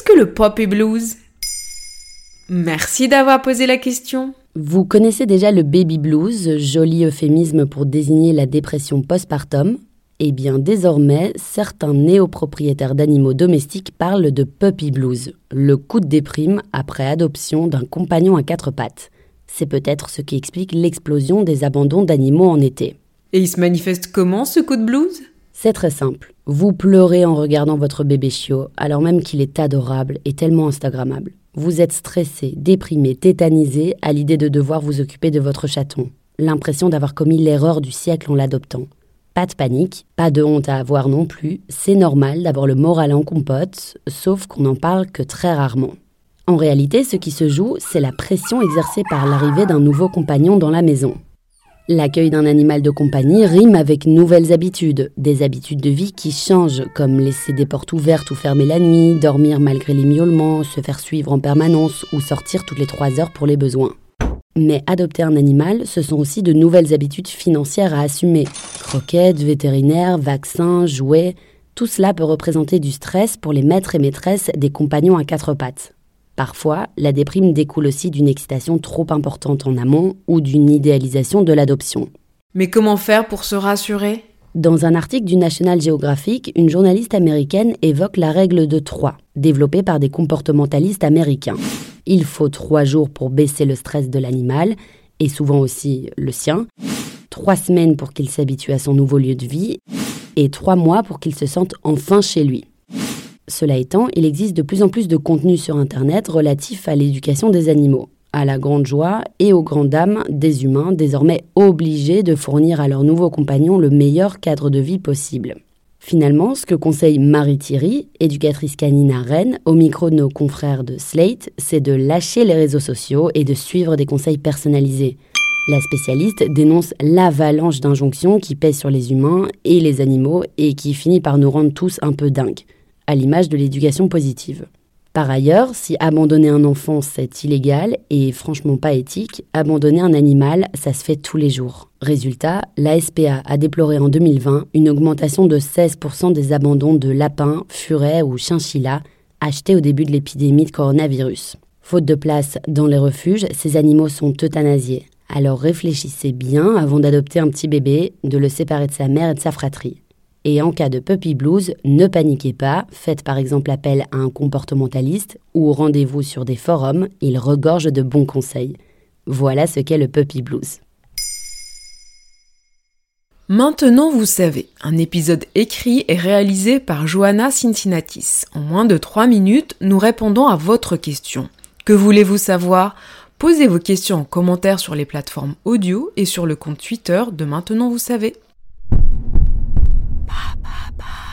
que le puppy blues ? Merci d'avoir posé la question. Vous connaissez déjà le baby blues, joli euphémisme pour désigner la dépression postpartum ? Eh bien, désormais, certains néopropriétaires d'animaux domestiques parlent de puppy blues, le coup de déprime après adoption d'un compagnon à 4 pattes. C'est peut-être ce qui explique l'explosion des abandons d'animaux en été. Et il se manifeste comment, ce coup de blues ? C'est très simple. Vous pleurez en regardant votre bébé chiot, alors même qu'il est adorable et tellement instagrammable. Vous êtes stressé, déprimé, tétanisé à l'idée de devoir vous occuper de votre chaton. L'impression d'avoir commis l'erreur du siècle en l'adoptant. Pas de panique, pas de honte à avoir non plus, c'est normal d'avoir le moral en compote, sauf qu'on n'en parle que très rarement. En réalité, ce qui se joue, c'est la pression exercée par l'arrivée d'un nouveau compagnon dans la maison. L'accueil d'un animal de compagnie rime avec nouvelles habitudes, des habitudes de vie qui changent, comme laisser des portes ouvertes ou fermer la nuit, dormir malgré les miaulements, se faire suivre en permanence ou sortir toutes les 3 heures pour les besoins. Mais adopter un animal, ce sont aussi de nouvelles habitudes financières à assumer. Croquettes, vétérinaires, vaccins, jouets, tout cela peut représenter du stress pour les maîtres et maîtresses des compagnons à 4 pattes. Parfois, la déprime découle aussi d'une excitation trop importante en amont ou d'une idéalisation de l'adoption. Mais comment faire pour se rassurer ? Dans un article du National Geographic, une journaliste américaine évoque la règle de 3, développée par des comportementalistes américains. Il faut 3 jours pour baisser le stress de l'animal, et souvent aussi le sien, 3 semaines pour qu'il s'habitue à son nouveau lieu de vie, et 3 mois pour qu'il se sente enfin chez lui. Cela étant, il existe de plus en plus de contenu sur Internet relatif à l'éducation des animaux, à la grande joie et aux grandes dames des humains désormais obligés de fournir à leurs nouveaux compagnons le meilleur cadre de vie possible. Finalement, ce que conseille Marie Thierry, éducatrice canine à Rennes, au micro de nos confrères de Slate, c'est de lâcher les réseaux sociaux et de suivre des conseils personnalisés. La spécialiste dénonce l'avalanche d'injonctions qui pèsent sur les humains et les animaux et qui finit par nous rendre tous un peu dingues, à l'image de l'éducation positive. Par ailleurs, si abandonner un enfant, c'est illégal et franchement pas éthique, abandonner un animal, ça se fait tous les jours. Résultat, la SPA a déploré en 2020 une augmentation de 16% des abandons de lapins, furets ou chinchillas achetés au début de l'épidémie de coronavirus. Faute de place dans les refuges, ces animaux sont euthanasiés. Alors réfléchissez bien avant d'adopter un petit bébé, de le séparer de sa mère et de sa fratrie. Et en cas de puppy blues, ne paniquez pas, faites par exemple appel à un comportementaliste ou rendez-vous sur des forums, il regorge de bons conseils. Voilà ce qu'est le puppy blues. Maintenant vous savez, un épisode écrit et réalisé par Johanna Cincinnatis. En moins de 3 minutes, nous répondons à votre question. Que voulez-vous savoir ? Posez vos questions en commentaire sur les plateformes audio et sur le compte Twitter de Maintenant vous savez. Ba, ba, ba.